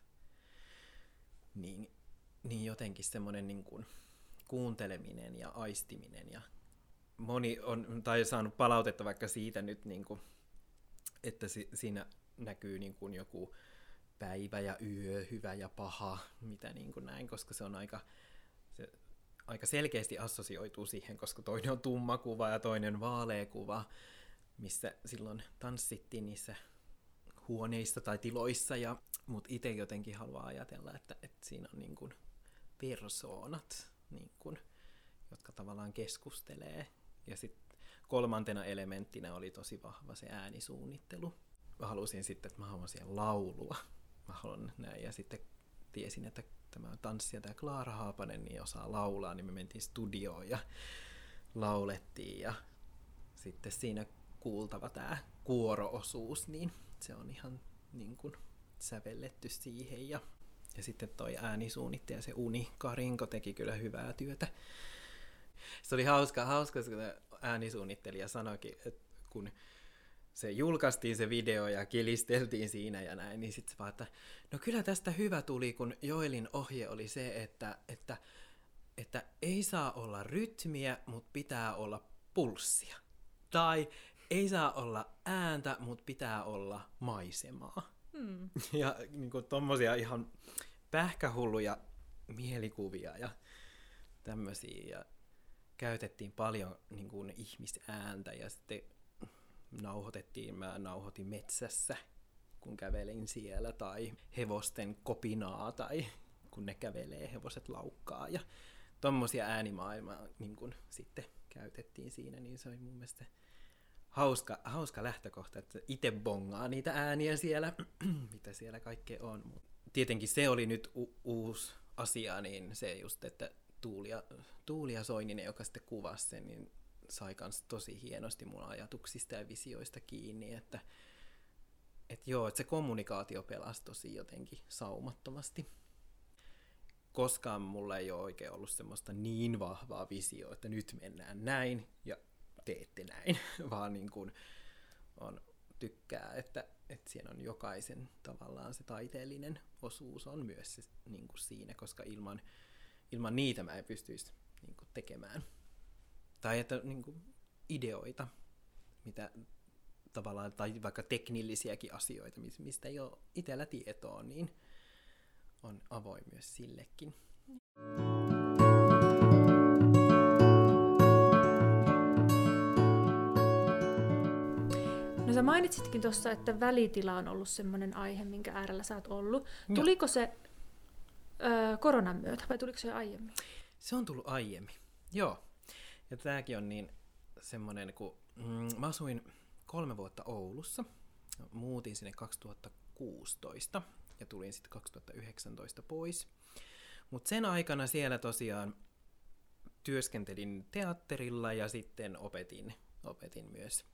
Niin, niin jotenkin semmoinen niin kuin kuunteleminen ja aistiminen ja moni on tai saanut palautetta vaikka siitä nyt, niin kuin, että si- siinä näkyy niin kuin joku päivä ja yö, hyvä ja paha, mitä niin kuin näin, koska se on aika, se aika selkeästi assosioituu siihen, koska toinen on tumma kuva ja toinen vaalea kuva, missä silloin tanssittiin niissä huoneissa tai tiloissa, ja, mutta itse jotenkin haluaa ajatella, että, että siinä on niin kuin persoonat, niin kuin, jotka tavallaan keskustelee. Ja sitten kolmantena elementtinä oli tosi vahva se äänisuunnittelu. Mä halusin sitten, että mä haluan siellä laulua. Mä haluan näin. Ja sitten tiesin, että tämä tanssija, tämä Klaara Haapanen, niin osaa laulaa, niin me mentiin studioon ja laulettiin. Ja sitten siinä kuultava tämä kuoro-osuus, niin se on ihan niin kuin sävelletty siihen. Ja, ja sitten toi äänisuunnittaja, se Uni Karinko, teki kyllä hyvää työtä. Se oli hauska, hauska kun äänisuunnittelija sanoikin, että kun se julkaistiin se video ja kilisteltiin siinä ja näin, niin sitten se vaan, että no kyllä tästä hyvä tuli, kun Joelin ohje oli se, että, että, että ei saa olla rytmiä, mutta pitää olla pulssia. Tai ei saa olla ääntä, mutta pitää olla maisemaa. Hmm. Ja niin kuin tommosia ihan pähkähulluja mielikuvia ja tämmöisiä. Ja käytettiin paljon niin kuin ihmisääntä ja sitten nauhoitettiin, mä nauhoitin metsässä kun kävelin siellä, tai hevosten kopinaa, tai kun ne kävelee, hevoset laukkaa, ja tommosia äänimaailmaa niin kun sitten käytettiin siinä, niin se oli mun mielestä hauska, hauska lähtökohta, että itse bongaa niitä ääniä siellä, mitä siellä kaikkea on. Mut tietenkin se oli nyt u- uusi asia, niin se just, että Tuulia, Tuulia Soininen, joka sitten kuvasi sen, niin sai kans tosi hienosti mun ajatuksista ja visioista kiinni, että et joo, että se kommunikaatio pelasi tosi jotenkin saumattomasti. Koskaan mulla ei ole oikein ollut semmoista niin vahvaa visioa, että nyt mennään näin ja teette näin, vaan niin kuin on, tykkää, että, että siinä on jokaisen tavallaan se taiteellinen osuus on myös se, niin kuin siinä, koska ilman, ilman niitä mä en pystyisi niin kuin tekemään. Tai että niin kuin ideoita, mitä tavallaan, tai vaikka teknillisiäkin asioita, mistä ei ole itsellä tietoa, niin on avoin myös sillekin. No sä mainitsitkin tuossa, että välitila on ollut semmoinen aihe, minkä äärellä sä oot ollut. Tuliko se ö, koronan myötä vai tuliko se jo aiemmin? Se on tullut aiemmin, joo. Ja tääkin on niin semmoinen, kun mm, mä asuin kolme vuotta Oulussa, muutin sinne kaksituhattakuusitoista ja tulin sitten kaksituhattayhdeksäntoista pois. Mutta sen aikana siellä tosiaan työskentelin teatterilla ja sitten opetin, opetin myös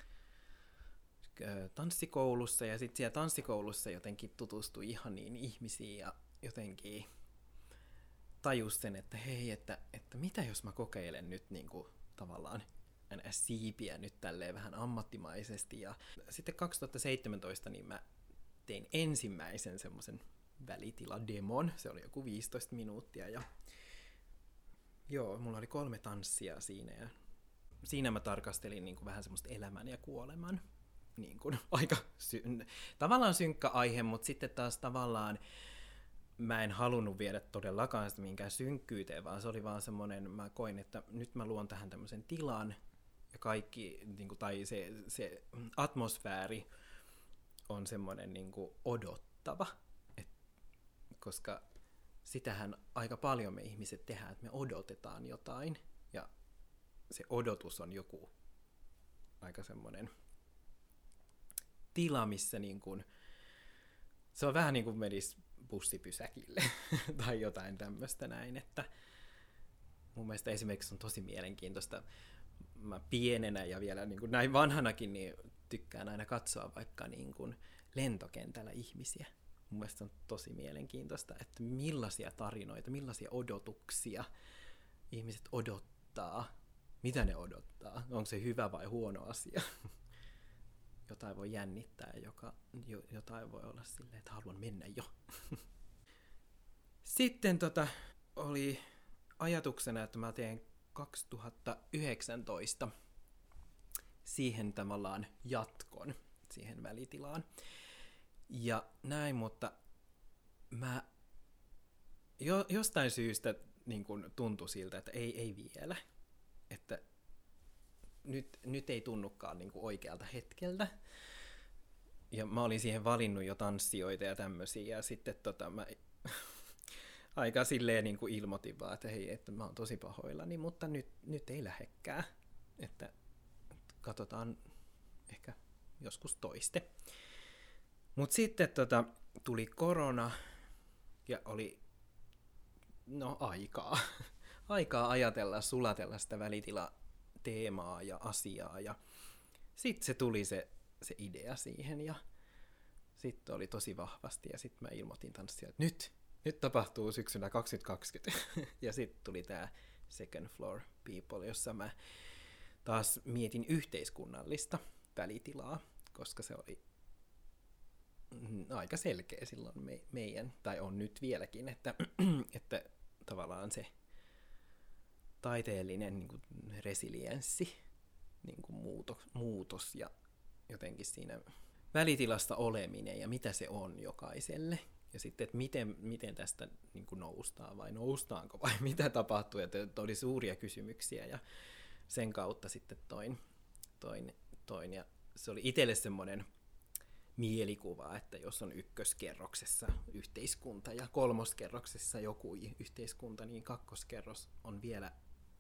tanssikoulussa, ja sitten siellä tanssikoulussa jotenkin tutustui ihaniin ihmisiin ja jotenkin tajus sen, että hei, että, että mitä jos mä kokeilen nyt niinku tavallaan siipiä nyt tälleen vähän ammattimaisesti. Ja sitten kaksituhattaseitsemäntoista niin mä tein ensimmäisen semmoisen välitilademon, se oli joku viisitoista minuuttia, ja joo, mulla oli kolme tanssia siinä, ja siinä mä tarkastelin niin kuin vähän semmoista elämän ja kuoleman, niin kuin aika sy- tavallaan synkkä aihe, mutta sitten taas tavallaan mä en halunnut viedä todellakaan sitä mihinkään synkkyyteen, vaan se oli vaan semmoinen, mä koin, että nyt mä luon tähän tämmöisen tilan, ja kaikki, niin kuin, tai se, se atmosfääri on semmoinen niin kuin odottava, et, koska sitähän aika paljon me ihmiset tehdään, että me odotetaan jotain, ja se odotus on joku aika semmoinen tila, missä niin kuin, se on vähän niin kuin menisi bussipysäkille tai jotain tämmöistä näin, että mun mielestä esimerkiksi on tosi mielenkiintoista, mä pienenä ja vielä niin kuin näin vanhanakin niin tykkään aina katsoa vaikka niin kuin lentokentällä ihmisiä. Mun mielestä on tosi mielenkiintoista, että millaisia tarinoita, millaisia odotuksia ihmiset odottaa, mitä ne odottaa, onko se hyvä vai huono asia. Jotain voi jännittää ja joka, jotain voi olla silleen, että haluan mennä jo. Sitten tota, oli ajatuksena, että mä teen kaksituhattayhdeksäntoista siihen tavallaan jatkon, siihen välitilaan. Ja näin, mutta mä jo, jostain syystä niin kun tuntui siltä, että ei, ei vielä. Että nyt, nyt ei tunnukaan niin kuin oikealta hetkeltä. Ja mä olin siihen valinnut jo tanssijoita ja tämmöisiä, ja sitten tota, mä aika silleen niin kuin ilmoitin vaan, että hei, että mä oon tosi pahoillani, mutta nyt, nyt ei lähekkää. Että katsotaan ehkä joskus toiste. Mut sitten tota, tuli korona, ja oli no aikaa. aikaa ajatella, sulatella sitä välitila-teemaa ja asiaa, ja sitten se tuli se, se idea siihen, ja sitten oli tosi vahvasti, ja sitten mä ilmoitin tanssia, että nyt, nyt tapahtuu syksyllä kaksituhattakaksikymmentä, ja sitten tuli tää Second Floor People, jossa mä taas mietin yhteiskunnallista välitilaa, koska se oli aika selkeä silloin me, meidän, tai on nyt vieläkin, että, että tavallaan se taiteellinen niin kuin resilienssi, niin kuin muutos, muutos ja jotenkin siinä välitilasta oleminen ja mitä se on jokaiselle. Ja sitten, että miten, miten tästä niin kuin noustaan vai noustaanko vai mitä tapahtuu. Että oli suuria kysymyksiä ja sen kautta sitten toin, toin, toin. Ja se oli itselle semmoinen mielikuva, että jos on ykköskerroksessa yhteiskunta ja kolmoskerroksessa joku yhteiskunta, niin kakkoskerros on vielä,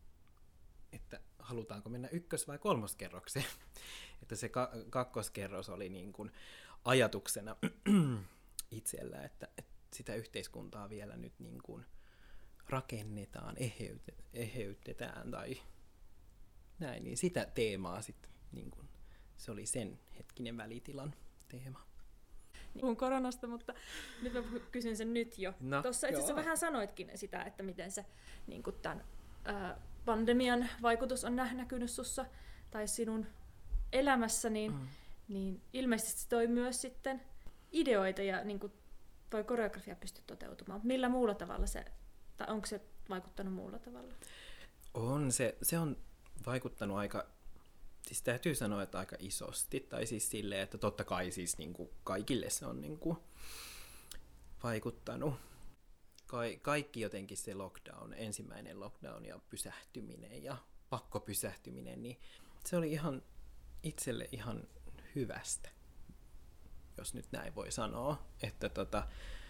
että halutaanko mennä ykkös- vai kolmoskerrokseen. Että se ka- kakkoskerros oli niin kuin ajatuksena itsellä, että, että sitä yhteiskuntaa vielä nyt niin kuin rakennetaan, eheytet- eheytetään tai näin, niin sitä teemaa sitten, niin kuin, se oli sen hetkinen välitilan teema. Puhun koronasta, mutta nyt mä kysyn sen nyt jo. No, Tuossa itse asiassa vähän sanoitkin sitä, että miten se niin kuin tämän ää, pandemian vaikutus on nä- näkynyt sussa tai sinun elämässä, niin, mm. niin ilmeisesti se toi myös sitten ideoita ja niin kuin toi koreografia pystyi toteutumaan. Millä muulla tavalla se, tai onko se vaikuttanut muulla tavalla? On, se, se on vaikuttanut aika, siis täytyy sanoa, että aika isosti, tai siis silleen, että totta kai siis niin kuin kaikille se on niin kuin vaikuttanut. Ka- kaikki jotenkin se lockdown, ensimmäinen lockdown ja pysähtyminen ja pakkopysähtyminen, niin se oli ihan itselle ihan hyvästä, jos nyt näin voi sanoa, että tota,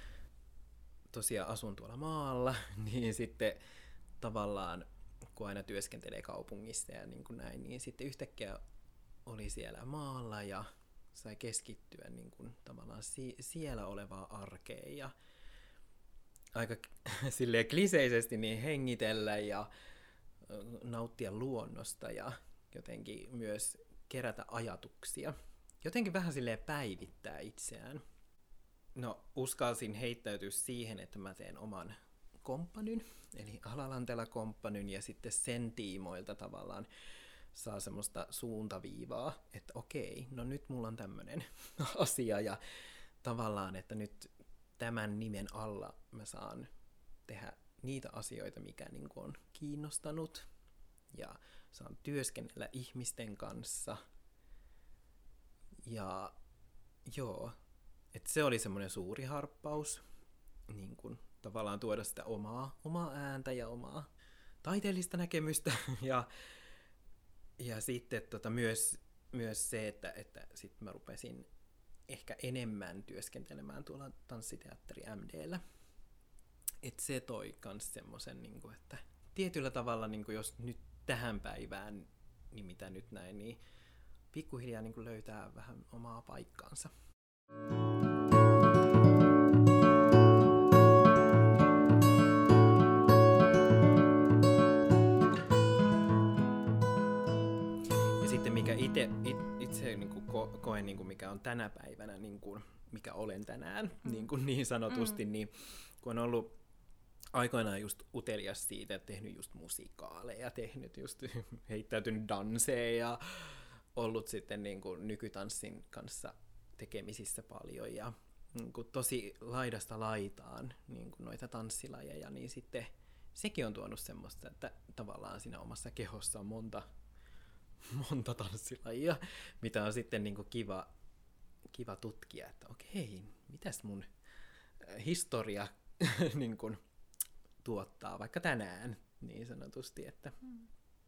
tosiaan asun tuolla maalla, niin sitten tavallaan kun aina työskentelee kaupungissa ja niin kuin näin, niin sitten yhtäkkiä oli siellä maalla ja sai keskittyä niin kuin tavallaan si- siellä olevaan arkeen ja aika silleen kliseisesti niin hengitellä ja nauttia luonnosta ja jotenkin myös kerätä ajatuksia. Jotenkin vähän silleen päivittää itseään. No, uskalsin heittäytyä siihen, että mä teen oman komppanyn, eli Alalantela-komppanyn, ja sitten sen tiimoilta tavallaan saa semmoista suuntaviivaa, että okei, no nyt mulla on tämmöinen asia, ja tavallaan, että nyt tämän nimen alla mä saan tehdä niitä asioita, mikä niin kuin on kiinnostanut, ja saan työskennellä ihmisten kanssa, ja joo, että se oli semmoinen suuri harppaus, niin kuin tavallaan tuoda sitä omaa, omaa ääntä ja omaa taiteellista näkemystä, ja, ja sitten tota, myös, myös se, että, että sitten mä rupesin ehkä enemmän työskentelemään tuolla tanssiteatteri M D:llä. Että se toi kans semmoisen, niin kuin, että tietyllä tavalla, niin kuin jos nyt tähän päivään, niin mitä nyt näin, niin pikkuhiljaa niin kuin löytää vähän omaa paikkaansa. Ja sitten mikä ite, it, itse niin kuin ko, koen, niin kuin mikä on tänä päivänä, niin kuin, mikä olen tänään mm. niin, kuin niin sanotusti, mm. niin kun on ollut aikoinaan just utelias siitä, että tehnyt just musikaaleja, tehnyt just heittäytynyt dansseja ja ollut sitten niin kuin nykytanssin kanssa tekemisissä paljon ja niin kuin tosi laidasta laitaan niin kuin noita tanssilajeja, niin sitten sekin on tuonut semmoista, että tavallaan siinä omassa kehossa on monta, monta tanssilajia, mitä on sitten niin kuin kiva, kiva tutkia, että okei, mitäs mun historia niin kuin tuottaa vaikka tänään, niin sanotusti, että hmm.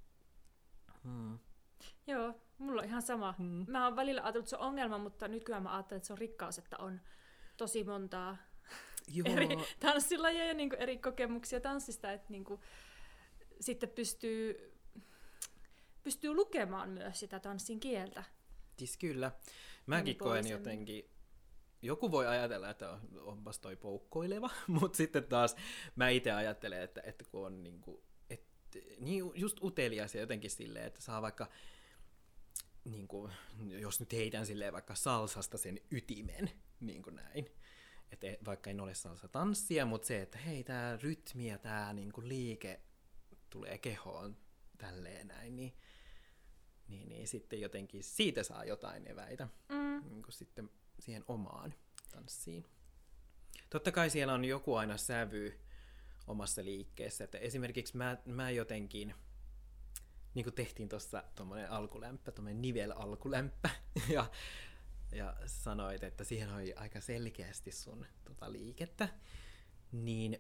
Hmm. Joo, mulla on ihan sama. Hmm. Mä oon välillä ajatellut, että se on ongelma, mutta nykyään mä ajattelen, että se on rikkaus, että on tosi montaa Joo. eri tanssilajeja ja niin eri kokemuksia tanssista, että niin kuin, sitten pystyy, pystyy lukemaan myös sitä tanssin kieltä. Siis kyllä. Mäkin koen jotenkin, joku voi ajatella, että onpas toi poukkoileva, mutta sitten taas mä itse ajattelen, että, että kun on niin kuin, että, niin just utelias ja jotenkin silleen, että saa vaikka, niin kuin, jos nyt heitän silleen vaikka salsasta sen ytimen, niin kuin näin. Että vaikka en ole salsa tanssia, mutta se, että hei, tää rytmi ja tää niin kuin liike tulee kehoon tälleen näin, niin, niin, niin sitten jotenkin siitä saa jotain eväitä mm. niin kuin sitten siihen omaan tanssiin. Totta kai siellä on joku aina sävy omassa liikkeessä, että esimerkiksi mä, mä jotenkin, niin kuin tehtiin tuossa tuommoinen alkulämpä, tuommoinen nivel-alkulämpä, ja, ja sanoit, että siihen oli aika selkeästi sun tota, liikettä, niin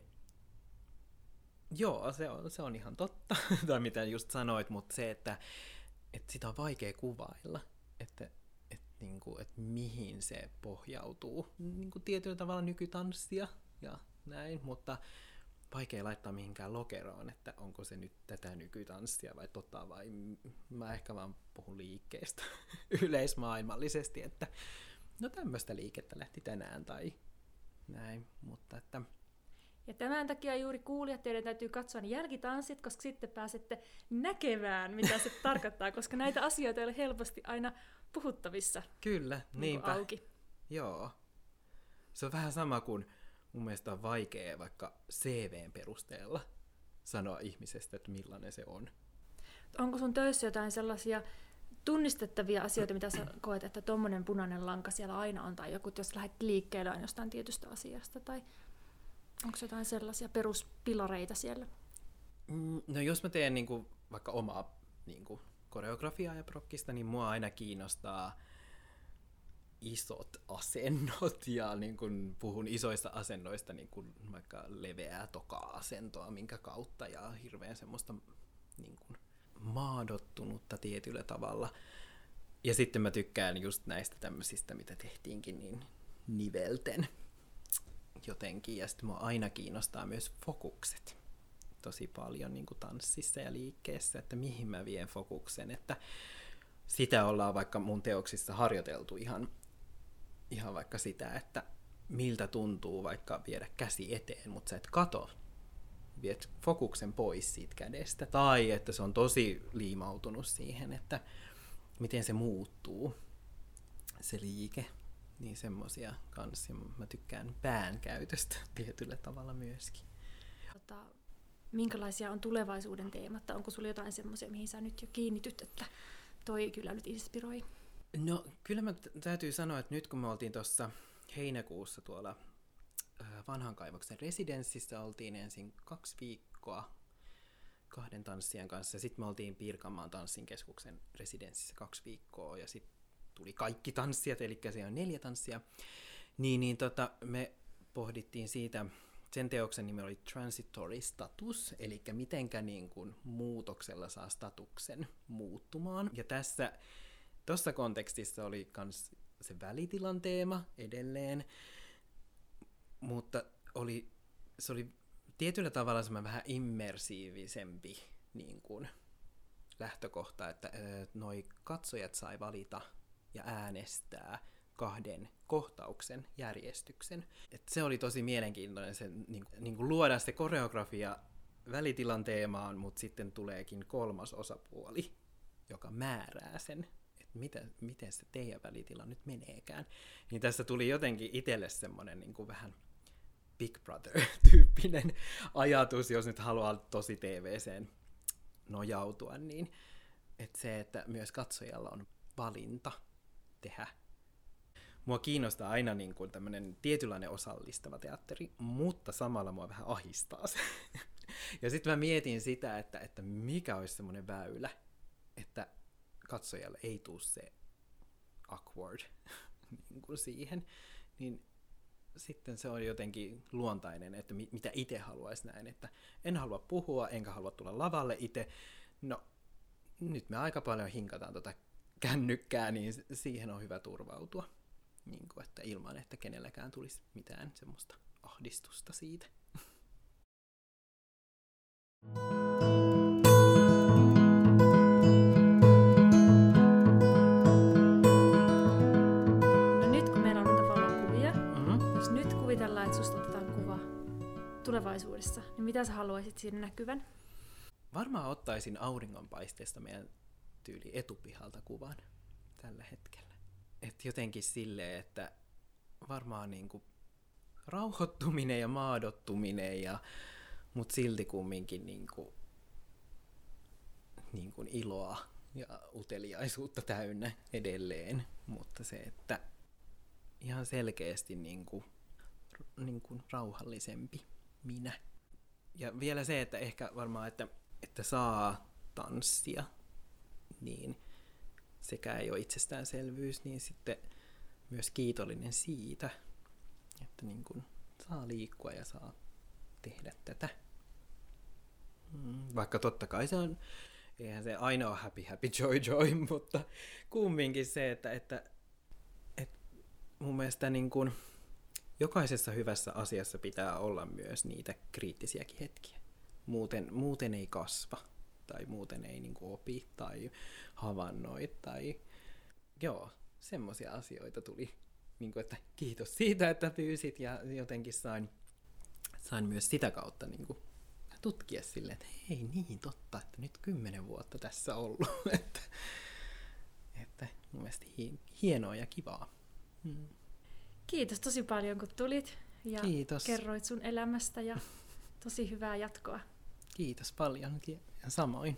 joo, se on, se on ihan totta, tai mitä just sanoit, mutta se, että, että sitä on vaikea kuvailla, että niin kuin, että mihin se pohjautuu. Niin kuin tietyllä tavalla nykytanssia ja näin, mutta vaikea laittaa mihinkään lokeroon, että onko se nyt tätä nykytanssia vai tota, vai mä ehkä vaan puhun liikkeestä yleismaailmallisesti, että no tämmöistä liikettä lähti tänään tai näin, mutta että... Ja tämän takia juuri kuulijat, teidän täytyy katsoa ne jälkitanssit, koska sitten pääsette näkemään, mitä se tarkoittaa, koska näitä asioita ei ole helposti aina puhuttavissa. Kyllä, niin niinpä. Auki. Joo. Se on vähän sama kuin mun mielestä on vaikea vaikka C V:n perusteella sanoa ihmisestä, että millainen se on. Onko sun töissä jotain sellaisia tunnistettavia asioita, mitä sä koet, että tommonen punainen lanka siellä aina on, tai joku, jos lähdet liikkeelle aina jostain tietystä asiasta, tai onko jotain sellaisia peruspilareita siellä? No jos mä teen niin kuin, vaikka omaa niin kuin, koreografiaa ja prokkista, niin mua aina kiinnostaa isot asennot, ja niin kun puhun isoista asennoista, niin kun vaikka leveää toka-asentoa, minkä kautta, ja hirveän semmoista niin kun maadottunutta tietyllä tavalla. Ja sitten mä tykkään just näistä tämmöisistä, mitä tehtiinkin, niin nivelten jotenkin, ja sitten mua aina kiinnostaa myös fokukset tosi paljon niin kun tanssissa ja liikkeessä, että mihin mä vien fokuksen, että sitä ollaan vaikka mun teoksissa harjoiteltu ihan Ihan vaikka sitä, että miltä tuntuu vaikka viedä käsi eteen, mutta sä et kato, viet fokuksen pois siitä kädestä. Tai että se on tosi liimautunut siihen, että miten se muuttuu, se liike. Niin semmosia kanssa. Mä tykkään pään käytöstä tietyllä tavalla myöskin. Tota, minkälaisia on tulevaisuuden teemat? Onko sulla jotain semmoisia, mihin sä nyt jo kiinnityt, että toi kyllä nyt inspiroi? No kyllä mä t- täytyy sanoa, että nyt kun me oltiin tuossa heinäkuussa tuolla äh, Vanhan kaivoksen residenssissä, oltiin ensin kaksi viikkoa kahden tanssijan kanssa, ja sitten me oltiin Pirkanmaan tanssinkeskuksen residenssissä kaksi viikkoa, ja sitten tuli kaikki tanssijat, eli siellä on neljä tanssia, niin, niin tota, me pohdittiin siitä, sen teoksen nimi oli Transitory Status, eli mitenkä niin kuin muutoksella saa statuksen muuttumaan, ja tässä Tuossa kontekstissa oli myös se välitilan teema edelleen, mutta oli, se oli tietyllä tavalla semmoinen vähän immersiivisempi niin kuin lähtökohta, että noi katsojat sai valita ja äänestää kahden kohtauksen järjestyksen. Et se oli tosi mielenkiintoinen se, niin, niin kuin luoda se koreografia välitilan teemaan, mutta sitten tuleekin kolmas osapuoli, joka määrää sen, Miten, miten se teidän välitila nyt meneekään. Niin tässä tuli jotenkin itselle semmoinen niin kuin vähän Big Brother-tyyppinen ajatus, jos nyt haluaa tosi T V-seen nojautua, niin että se, että myös katsojalla on valinta tehdä. Mua kiinnostaa aina niin kuin tämmöinen tietynlainen osallistava teatteri, mutta samalla mua vähän ahistaa se. Ja sitten mä mietin sitä, että, että mikä olisi semmoinen väylä, että katsojalle ei tule se awkward niin kuin siihen, niin sitten se on jotenkin luontainen, että mi- mitä itse haluaisi näin, että en halua puhua, enkä halua tulla lavalle itse. No, nyt me aika paljon hinkataan tota kännykkää, niin siihen on hyvä turvautua, niin kuin, että ilman, että kenelläkään tulisi mitään semmoista ahdistusta siitä. Tulevaisuudessa, niin mitä sä haluaisit siinä näkyvän? Varmaan ottaisin auringonpaisteesta meidän tyyli etupihalta kuvan tällä hetkellä. Et jotenkin silleen, että varmaan niinku rauhoittuminen ja maadottuminen, ja, mut silti kumminkin niinku, niinku iloa ja uteliaisuutta täynnä edelleen. Mutta se, että ihan selkeästi niinku, niinku rauhallisempi minä. Ja vielä se, että ehkä varmaan, että, että saa tanssia, niin sekä ei ole itsestäänselvyys, niin sitten myös kiitollinen siitä, että niin kuin saa liikkua ja saa tehdä tätä. Vaikka totta kai se on, eihän se aina ole happy, happy, joy, joy, mutta kumminkin se, että, että mun mielestä niin kun, jokaisessa hyvässä asiassa pitää olla myös niitä kriittisiäkin hetkiä. Muuten, muuten ei kasva, tai muuten ei niin kun, opi, tai havainnoi, tai joo, semmoisia asioita tuli. Niin kun, että kiitos siitä, että pyysit, ja jotenkin sain, sain myös sitä kautta niin kun, tutkia silleen, että hei niin totta, että nyt kymmenen vuotta tässä ollut. että, että mun mielestä hienoa ja kivaa. Hmm. Kiitos tosi paljon, kun tulit ja Kiitos. kerroit sun elämästä ja tosi hyvää jatkoa. Kiitos paljon ja samoin.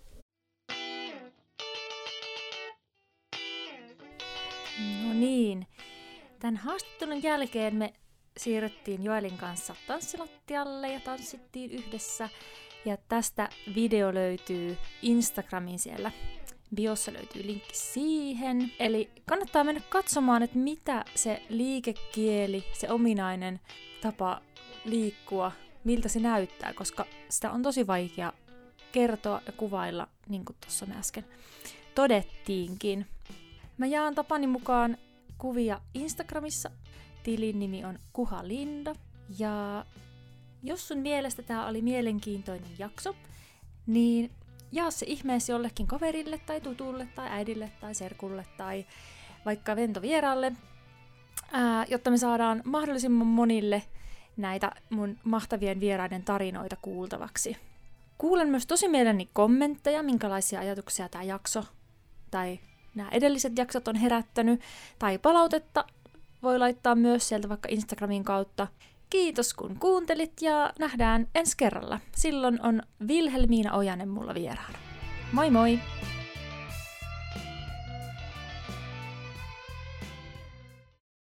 No niin, tämän haastattelun jälkeen me siirryttiin Joelin kanssa tanssilattialle ja tanssittiin yhdessä. Ja tästä video löytyy Instagramin siellä. Biossa löytyy linkki siihen. Eli kannattaa mennä katsomaan, että mitä se liikekieli, se ominainen tapa liikkua, miltä se näyttää, koska sitä on tosi vaikea kertoa ja kuvailla, niin kuin tuossa me äsken todettiinkin. Mä jaan tapani mukaan kuvia Instagramissa. Tilin nimi on Kuha Linda. Ja jos sun mielestä tää oli mielenkiintoinen jakso, niin jaa se ihmeessä jollekin kaverille tai tutulle tai äidille tai serkulle tai vaikka ventovieraalle, ää, jotta me saadaan mahdollisimman monille näitä mun mahtavien vieraiden tarinoita kuultavaksi. Kuulen myös tosi mielelläni kommentteja, minkälaisia ajatuksia tämä jakso tai nämä edelliset jaksot on herättänyt, tai palautetta voi laittaa myös sieltä vaikka Instagramin kautta. Kiitos kun kuuntelit ja nähdään ensi kerralla. Silloin on Vilhelmiina Ojanen mulla vieraana. Moi moi!